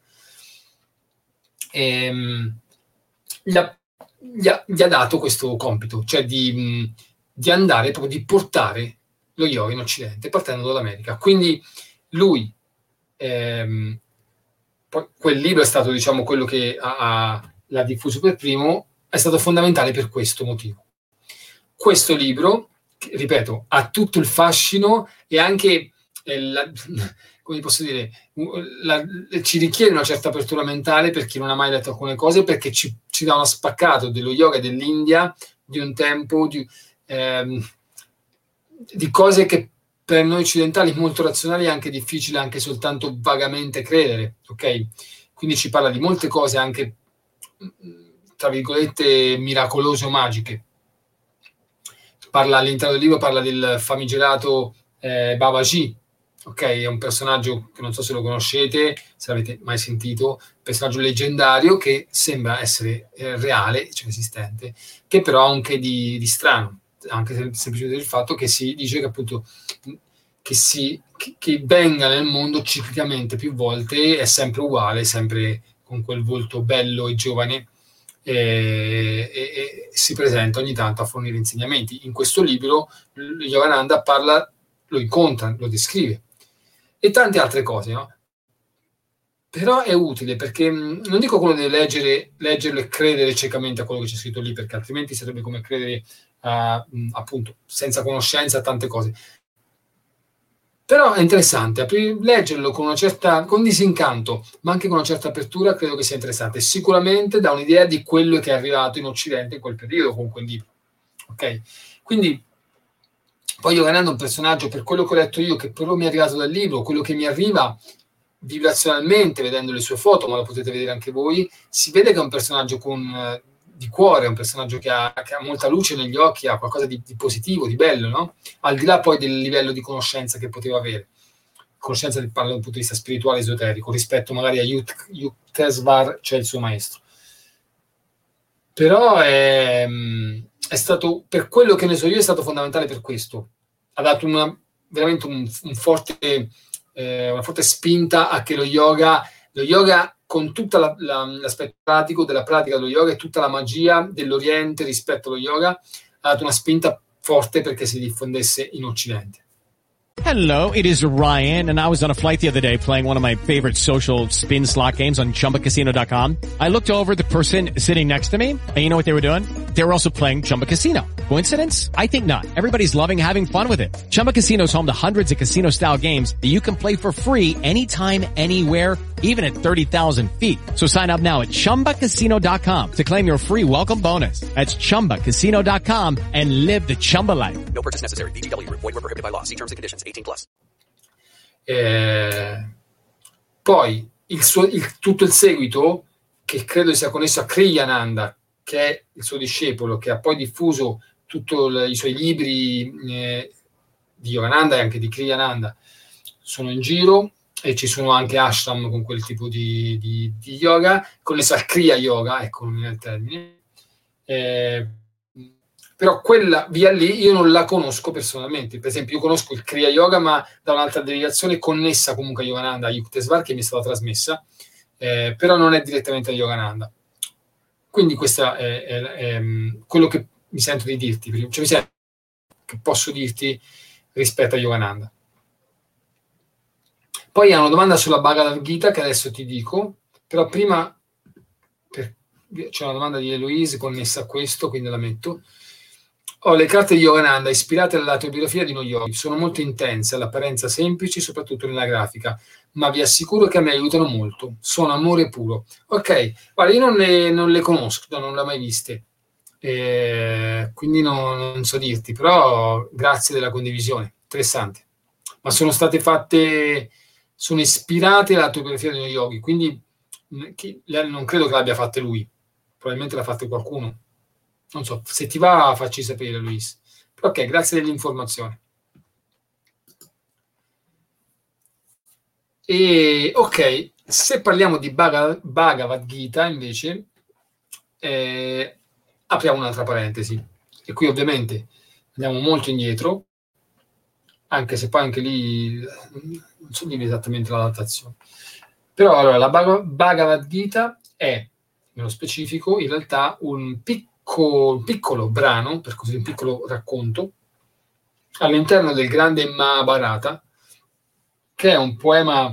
E, mh, gli, ha, gli, ha, gli ha dato questo compito, cioè di, mh, di andare, proprio di portare lo yoga in Occidente, partendo dall'America. Quindi lui, ehm, poi quel libro è stato, diciamo, quello che ha, ha, l'ha diffuso per primo, è stato fondamentale per questo motivo. Questo libro, ripeto, ha tutto il fascino e anche eh, la, come posso dire, la, ci richiede una certa apertura mentale per chi non ha mai letto alcune cose, perché ci, ci dà uno spaccato dello yoga dell'India, di un tempo, di, ehm, di cose che per noi occidentali molto razionali è anche difficile anche soltanto vagamente credere, ok? Quindi ci parla di molte cose anche, tra virgolette, miracolose o magiche. Parla, all'interno del libro parla del famigerato eh, Babaji, ok? È un personaggio che non so se lo conoscete, se l'avete mai sentito, un personaggio leggendario che sembra essere eh, reale, cioè esistente, che però ha anche di, di strano, anche se, semplicemente il fatto che si dice che appunto che si che, che venga nel mondo ciclicamente più volte, è sempre uguale, sempre con quel volto bello e giovane, e, e, e si presenta ogni tanto a fornire insegnamenti. In questo libro Yogananda parla, lo incontra, lo descrive e tante altre cose, no? Però è utile, perché non dico quello di leggere, leggerlo e credere ciecamente a quello che c'è scritto lì, perché altrimenti sarebbe come credere uh, appunto senza conoscenza a tante cose. Però è interessante aprir, leggerlo con una certa, con disincanto, ma anche con una certa apertura. Credo che sia interessante. Sicuramente dà un'idea di quello che è arrivato in Occidente in quel periodo con quel libro, ok? Quindi poi Yogananda è un personaggio, per quello che ho letto io, che però mi è arrivato dal libro, quello che mi arriva vibrazionalmente vedendo le sue foto, ma lo potete vedere anche voi, si vede che è un personaggio con eh, di cuore, è un personaggio che ha, che ha molta luce negli occhi, ha qualcosa di, di positivo, di bello, no? Al di là poi del livello di conoscenza che poteva avere, conoscenza che parla da un punto di vista spirituale esoterico, rispetto magari a Yukteswar, cioè il suo maestro. Però è, è stato, per quello che ne so io, è stato fondamentale per questo. Ha dato una, veramente un, un forte, eh, una forte spinta a che lo yoga, lo yoga con tutto la, la, l'aspetto pratico della pratica dello yoga e tutta la magia dell'Oriente rispetto allo yoga, ha dato una spinta forte perché si diffondesse in Occidente. Hello, it is Ryan, and I was on a flight the other day playing one of my favorite social spin slot games on Chumba Casino dot com. I looked over at the person sitting next to me, and you know what they were doing? They were also playing Chumba Casino. Coincidence? I think not. Everybody's loving having fun with it. Chumba Casino is home to hundreds of casino-style games that you can play for free anytime, anywhere, even at thirty thousand feet. So sign up now at Chumba Casino dot com to claim your free welcome bonus. That's Chumba Casino dot com and live the Chumba life. No purchase necessary. V G W. Void where prohibited by law. See terms and conditions. eighteen plus. Eh, poi il suo, il, tutto il seguito, che credo sia connesso a Kriyananda, che è il suo discepolo, che ha poi diffuso tutti i suoi libri eh, di Yogananda e anche di Kriyananda, sono in giro e ci sono anche ashram con quel tipo di, di, di yoga, connesso al Kriya Yoga, ecco il termine. Eh, però quella via lì io non la conosco personalmente. Per esempio, io conosco il Kriya Yoga, ma da un'altra derivazione connessa comunque a Yogananda, a Yukteswar, che mi è stata trasmessa, eh, però non è direttamente a Yogananda. Quindi questo è, è, è, è quello che mi sento di dirti, cioè mi sento che posso dirti rispetto a Yogananda. Poi ha una domanda sulla Bhagavad Gita che adesso ti dico, però prima per, c'è una domanda di Eloise connessa a questo, quindi la metto. Ho le carte di Yogananda ispirate all'autobiografia di uno yogi, sono molto intense, all'apparenza semplici, soprattutto nella grafica, ma vi assicuro che a me aiutano molto, sono amore puro. Ok, guarda, io non le, non le conosco, non le ho mai viste, eh, quindi no, non so dirti, però grazie della condivisione, interessante. Ma sono state fatte, sono ispirate all'autobiografia di uno yogi, quindi chi, non credo che l'abbia fatta lui, probabilmente l'ha fatta qualcuno. Non so, se ti va facci sapere, Luis. Ok, grazie dell'informazione. E ok, se parliamo di Bhagavad Gita invece, eh, apriamo un'altra parentesi. E qui ovviamente andiamo molto indietro, anche se poi anche lì non so dire esattamente l'adattazione. Però allora, la Bhagavad Gita è, nello specifico, in realtà un piccolo un piccolo brano, per così un piccolo racconto, all'interno del grande Mahabharata, che è un poema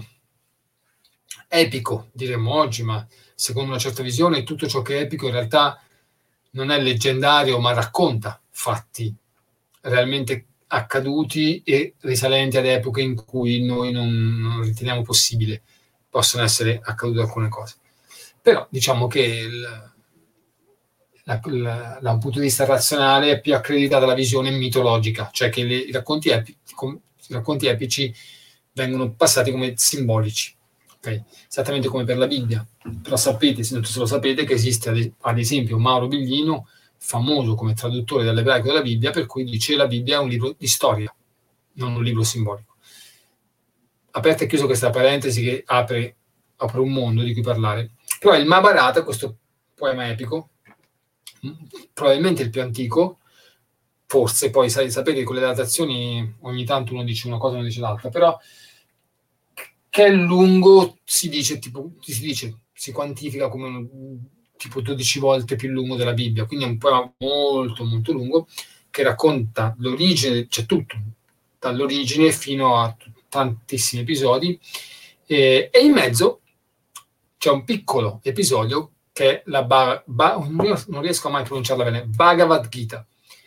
epico, diremmo oggi, ma secondo una certa visione tutto ciò che è epico in realtà non è leggendario, ma racconta fatti realmente accaduti e risalenti ad epoche in cui noi non, non riteniamo possibile possano essere accadute alcune cose. Però diciamo che il La, la, da un punto di vista razionale è più accreditata la visione mitologica, cioè che le, i, racconti epi, com, i racconti epici vengono passati come simbolici, okay? Esattamente come per la Bibbia. Però sapete, se non lo sapete, che esiste ad, ad esempio Mauro Biglino, famoso come traduttore dall'ebraico della Bibbia, per cui dice la Bibbia è un libro di storia, non un libro simbolico. Aperta e chiuso questa parentesi che apre, apre un mondo di cui parlare. Però il Mahabharata, questo poema epico, probabilmente il più antico, forse, poi sai, sapete che con le datazioni ogni tanto uno dice una cosa e uno dice l'altra, però che è lungo, si dice, tipo, si dice, si quantifica come un, tipo dodici volte più lungo della Bibbia, quindi è un poema molto molto lungo che racconta l'origine, c'è tutto, dall'origine fino a tantissimi episodi, e, e in mezzo c'è un piccolo episodio che è la ba, ba, non riesco mai a pronunciarla bene, Bhagavad Gita,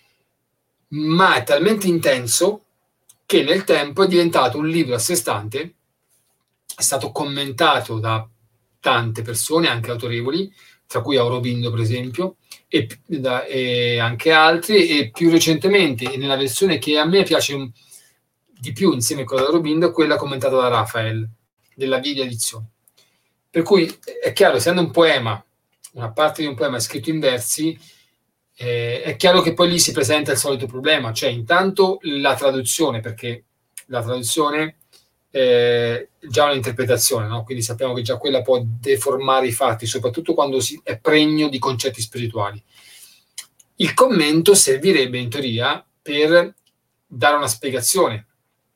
ma è talmente intenso che nel tempo è diventato un libro a sé stante, è stato commentato da tante persone, anche autorevoli, tra cui Aurobindo per esempio, e, da, e anche altri, e più recentemente, e nella versione che a me piace un, di più insieme a quella di Aurobindo, quella commentata da Raphael, della Video Edizione. Per cui è chiaro, essendo un poema, una parte di un poema scritto in versi, eh, è chiaro che poi lì si presenta il solito problema, cioè intanto la traduzione, perché la traduzione è già un'interpretazione, no? Quindi sappiamo che già quella può deformare i fatti, soprattutto quando si è pregno di concetti spirituali. Il commento servirebbe in teoria per dare una spiegazione,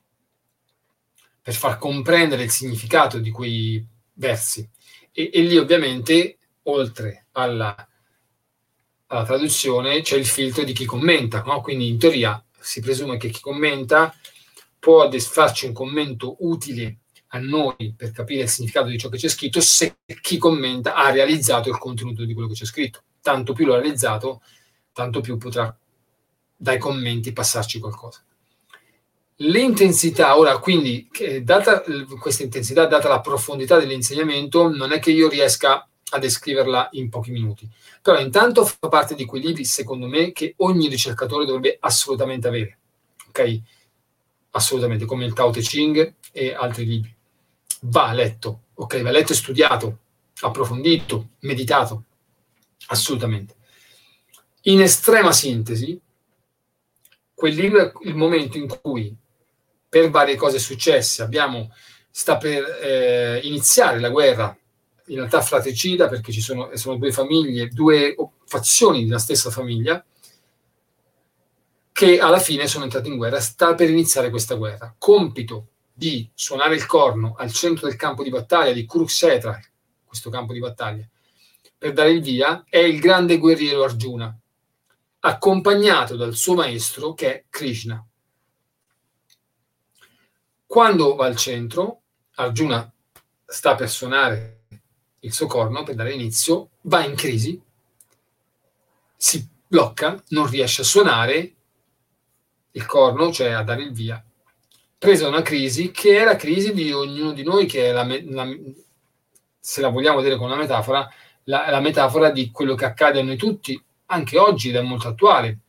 per far comprendere il significato di quei versi, e, e lì ovviamente oltre alla, alla traduzione c'è il filtro di chi commenta, no? Quindi in teoria si presume che chi commenta può farci un commento utile a noi per capire il significato di ciò che c'è scritto, se chi commenta ha realizzato il contenuto di quello che c'è scritto. Tanto più l'ha realizzato, tanto più potrà dai commenti passarci qualcosa. L'intensità, ora quindi, che data questa intensità, data la profondità dell'insegnamento, non è che io riesca a descriverla in pochi minuti, però intanto fa parte di quei libri, secondo me, che ogni ricercatore dovrebbe assolutamente avere, ok? Assolutamente, come il Tao Te Ching e altri libri. Va letto, ok? Va letto e studiato, approfondito, meditato, assolutamente. In estrema sintesi, quel libro è il momento in cui, per varie cose successe. Abbiamo, sta per eh, iniziare la guerra, in realtà fratricida, perché ci sono, sono due famiglie, due fazioni della stessa famiglia, che alla fine sono entrate in guerra. Sta per iniziare questa guerra. Compito di suonare il corno al centro del campo di battaglia di Kurukshetra, questo campo di battaglia, per dare il via, è il grande guerriero Arjuna, accompagnato dal suo maestro che è Krishna. Quando va al centro, Arjuna sta per suonare il suo corno per dare inizio, va in crisi, si blocca, non riesce a suonare il corno, cioè a dare il via, presa da una crisi che è la crisi di ognuno di noi, che è la, la se la vogliamo vedere con una metafora, la, la metafora di quello che accade a noi tutti, anche oggi, ed è molto attuale.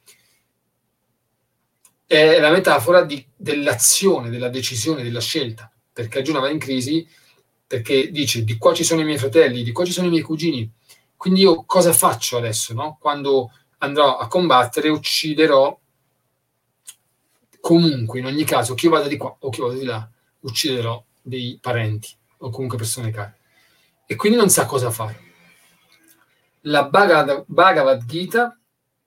È la metafora di, dell'azione, della decisione, della scelta, perché Arjuna va in crisi perché dice: di qua ci sono i miei fratelli, di qua ci sono i miei cugini, quindi io cosa faccio adesso, no? Quando andrò a combattere, ucciderò comunque, in ogni caso, che io vada di qua o che io vada di là, ucciderò dei parenti o comunque persone care, e quindi non sa cosa fare. La Bhagavad, Bhagavad Gita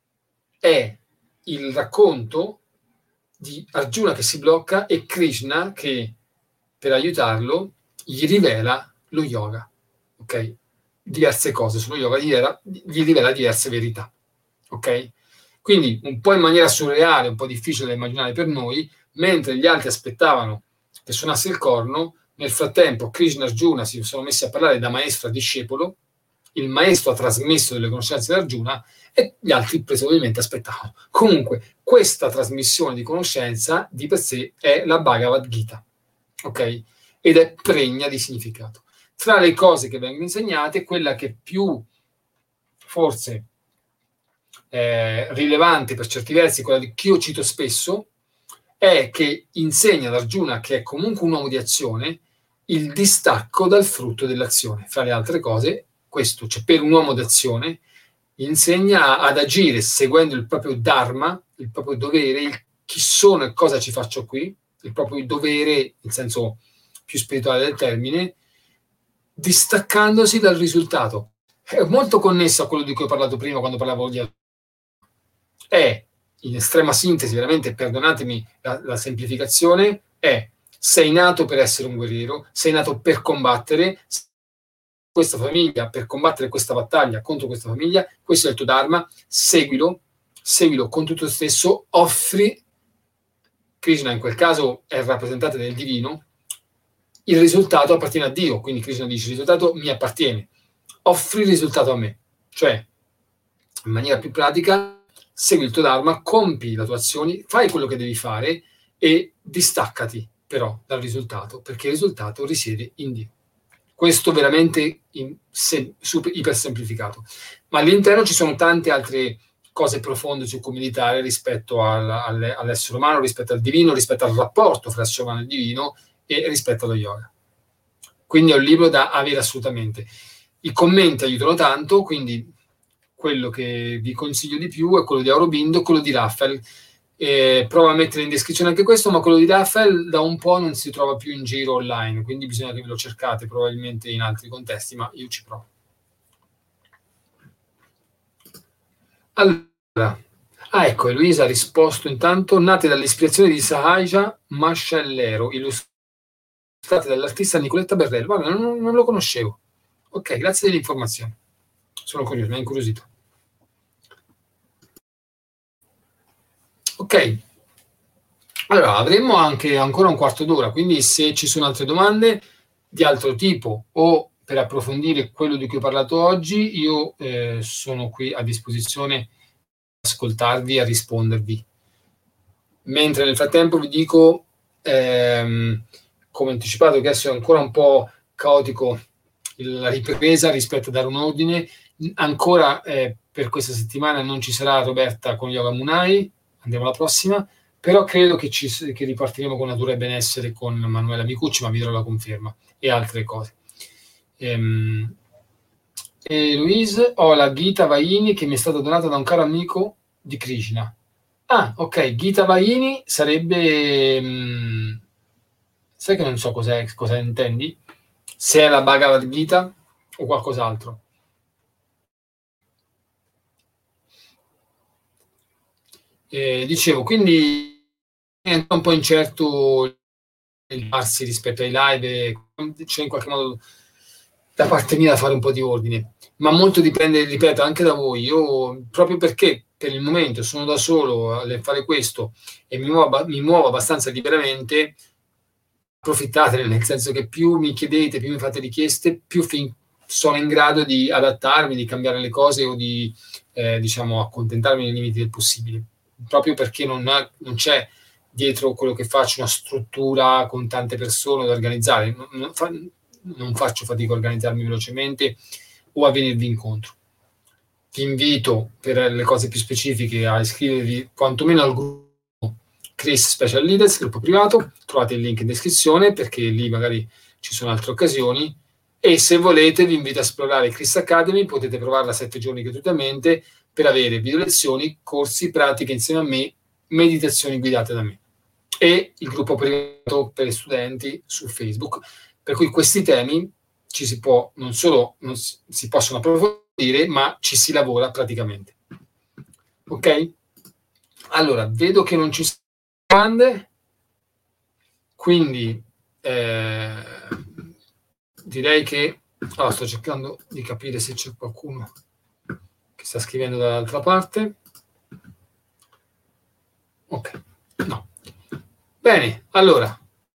è il racconto di Arjuna che si blocca e Krishna che, per aiutarlo, gli rivela lo yoga, ok? Diverse cose sullo yoga, gli rivela, gli rivela diverse verità, ok? Quindi un po' in maniera surreale, un po' difficile da immaginare per noi, mentre gli altri aspettavano che suonasse il corno, nel frattempo Krishna e Arjuna si sono messi a parlare da maestro a discepolo, il maestro ha trasmesso delle conoscenze ad Arjuna e gli altri presumibilmente aspettavano. Comunque, questa trasmissione di conoscenza di per sé è la Bhagavad Gita, ok? Ed è pregna di significato. Tra le cose che vengono insegnate, quella che più forse eh, rilevante per certi versi, quella che io cito spesso, è che insegna ad Arjuna, che è comunque un uomo di azione, il distacco dal frutto dell'azione. Fra le altre cose, questo, cioè per un uomo d'azione, insegna ad agire seguendo il proprio dharma, il proprio dovere, il chi sono e cosa ci faccio qui, il proprio dovere, in senso più spirituale del termine, distaccandosi dal risultato. È molto connesso a quello di cui ho parlato prima quando parlavo di è, in estrema sintesi, veramente, perdonatemi la, la semplificazione, è: sei nato per essere un guerriero, sei nato per combattere questa famiglia, per combattere questa battaglia contro questa famiglia, questo è il tuo dharma, seguilo, seguilo con tutto te stesso, offri, Krishna in quel caso è rappresentante del divino, il risultato appartiene a Dio, quindi Krishna dice: il risultato mi appartiene, offri il risultato a me, cioè in maniera più pratica segui il tuo dharma, compi le tue azioni, fai quello che devi fare e distaccati però dal risultato, perché il risultato risiede in Dio. Questo veramente in, se, super, iper semplificato, ma all'interno ci sono tante altre cose profonde su cui meditare rispetto al, al, all'essere umano, rispetto al divino, rispetto al rapporto fra essere umano e il divino e rispetto allo yoga. Quindi è un libro da avere assolutamente. I commenti aiutano tanto, quindi quello che vi consiglio di più è quello di Aurobindo, quello di Raphael. Eh, provo a mettere in descrizione anche questo, ma quello di Raphael da un po' non si trova più in giro online, quindi bisogna che ve lo cercate probabilmente in altri contesti, ma io ci provo. Allora, ah ecco, Eloisa ha risposto intanto: nate dall'ispirazione di Sahaja Mascellero, illustrate dall'artista Nicoletta Berrello. Guarda, non, non lo conoscevo. Ok, grazie dell'informazione. Sono curioso, mi ha incuriosito. Ok, allora avremmo anche ancora un quarto d'ora, quindi se ci sono altre domande di altro tipo o per approfondire quello di cui ho parlato oggi, io eh, sono qui a disposizione a ascoltarvi e a rispondervi. Mentre nel frattempo vi dico, ehm, come anticipato, che adesso è ancora un po' caotico la ripresa rispetto a dare un ordine. Ancora eh, per questa settimana non ci sarà Roberta con Yoga Munai, andiamo alla prossima, però credo che, ci, che ripartiremo con Natura e Benessere con Manuela Micucci, ma vi darò la conferma, e altre cose. Ehm, e Louise, ho la Gita Vaini che mi è stata donata da un caro amico di Krishna. Ah, ok, Gita Vaini sarebbe mh, Sai che non so cos'è, cosa intendi? Se è la Bhagavad Gita o qualcos'altro. Eh, dicevo, quindi è un po' incerto il farsi rispetto ai live, c'è in qualche modo da parte mia da fare un po' di ordine, ma molto dipende, ripeto, anche da voi. Io, proprio perché per il momento sono da solo a fare questo e mi muovo, mi muovo abbastanza liberamente, approfittatene, nel senso che più mi chiedete, più mi fate richieste, più fin- sono in grado di adattarmi, di cambiare le cose o di, eh, diciamo, accontentarmi nei limiti del possibile, proprio perché non, ha, non c'è dietro quello che faccio una struttura con tante persone da organizzare. Non, non, fa, non faccio fatica a organizzarmi velocemente o a venirvi incontro. Vi invito, per le cose più specifiche, a iscrivervi quantomeno al gruppo Chris Special Leaders, gruppo privato. Trovate il link in descrizione, perché lì magari ci sono altre occasioni. E se volete vi invito a esplorare Chris Academy, potete provarla sette giorni gratuitamente per avere video lezioni, corsi, pratiche insieme a me, meditazioni guidate da me, e il gruppo privato per studenti su Facebook, per cui questi temi ci si può, non solo non si, si possono approfondire, ma ci si lavora praticamente. Ok? Allora, vedo che non ci sono domande, quindi eh, direi che allora, sto cercando di capire se c'è qualcuno che sta scrivendo dall'altra parte. Ok, no. Bene, allora,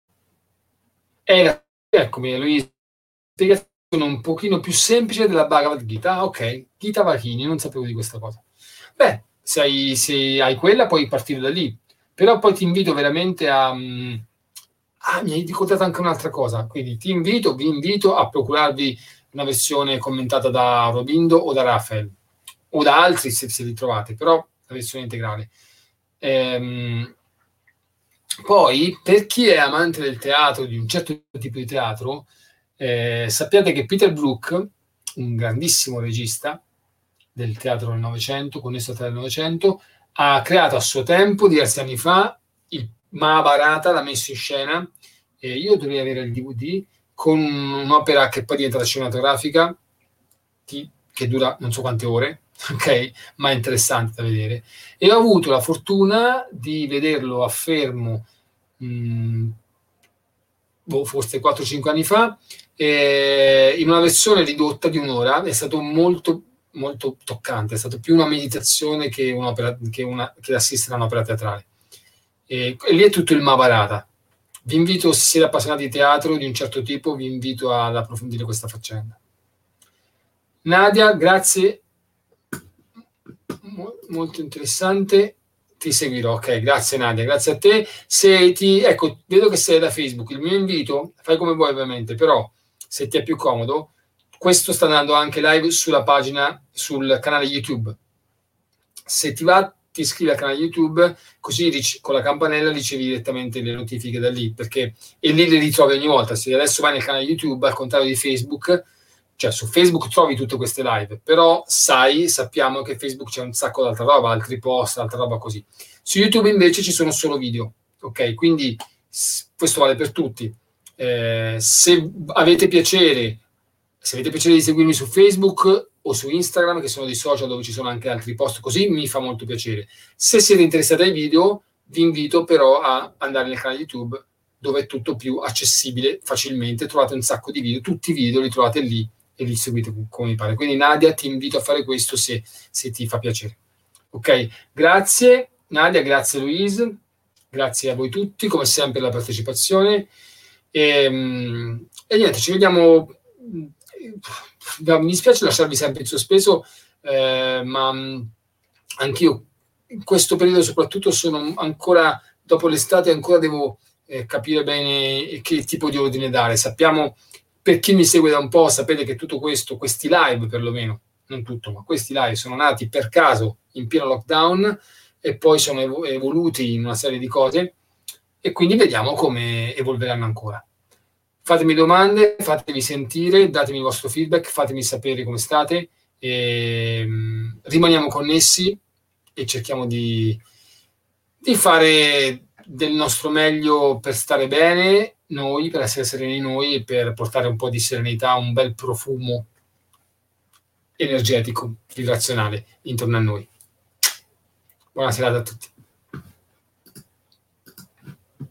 è, eccomi, Luisa, spiegazione un pochino più semplice della Bhagavad Gita. Ah, ok, Gita Vakini, non sapevo di questa cosa. Beh, se hai, se hai quella puoi partire da lì, però poi ti invito veramente a... Um, ah, mi hai ricordato anche un'altra cosa, quindi ti invito, vi invito a procurarvi una versione commentata da Robindo o da Raphael, o da altri se, se li trovate, però la versione integrale. Ehm, poi, per chi è amante del teatro, di un certo tipo di teatro, eh, sappiate che Peter Brook, un grandissimo regista del teatro del Novecento, connesso al teatro del Novecento, ha creato a suo tempo, diversi anni fa, il Mahabharata, l'ha messo in scena, e io dovrei avere il D V D, con un'opera che poi diventa cinematografica, di, che dura non so quante ore, ok, ma è interessante da vedere, e ho avuto la fortuna di vederlo a Fermo mh, boh, forse quattro cinque anni fa, eh, in una versione ridotta di un'ora. È stato molto molto toccante, è stato più una meditazione che un'opera, che, una, che assistere a un'opera teatrale, e, e lì è tutto il Mahabharata. Vi invito, se siete appassionati di teatro di un certo tipo, vi invito ad approfondire questa faccenda. Nadia, grazie, molto interessante, ti seguirò. Ok, grazie Nadia, grazie a te. Se ti, ecco, vedo che sei da Facebook, il mio invito, fai come vuoi ovviamente, però se ti è più comodo, questo sta andando anche live sulla pagina, sul canale YouTube. Se ti va, ti iscrivi al canale YouTube, così ric- con la campanella ricevi direttamente le notifiche da lì, perché e lì le ritrovi ogni volta. Se adesso vai nel canale YouTube, al contrario di Facebook, cioè su Facebook trovi tutte queste live, però sai, sappiamo che Facebook c'è un sacco d'altra roba, altri post, altra roba così. Su YouTube invece ci sono solo video, ok? Quindi questo vale per tutti. Eh, se avete piacere, se avete piacere di seguirmi su Facebook o su Instagram, che sono dei social dove ci sono anche altri post, così mi fa molto piacere. Se siete interessati ai video, vi invito però a andare nel canale YouTube, dove è tutto più accessibile facilmente, trovate un sacco di video, tutti i video li trovate lì e li seguite come vi pare. Quindi Nadia, ti invito a fare questo se, se ti fa piacere. Ok, grazie Nadia, grazie Louise, grazie a voi tutti, come sempre, per la partecipazione. E, e niente, ci vediamo. Mi dispiace lasciarvi sempre in sospeso, eh, ma anch'io in questo periodo soprattutto sono ancora, dopo l'estate, ancora devo eh, capire bene che tipo di ordine dare. Sappiamo, per chi mi segue da un po', sapete che tutto questo, questi live perlomeno, non tutto, ma questi live sono nati per caso in pieno lockdown e poi sono evo- evoluti in una serie di cose, e quindi vediamo come evolveranno ancora. Fatemi domande, fatevi sentire, datemi il vostro feedback, fatemi sapere come state, e rimaniamo connessi e cerchiamo di, di fare del nostro meglio per stare bene noi, per essere sereni noi e per portare un po' di serenità, un bel profumo energetico, vibrazionale intorno a noi. Buona serata a tutti.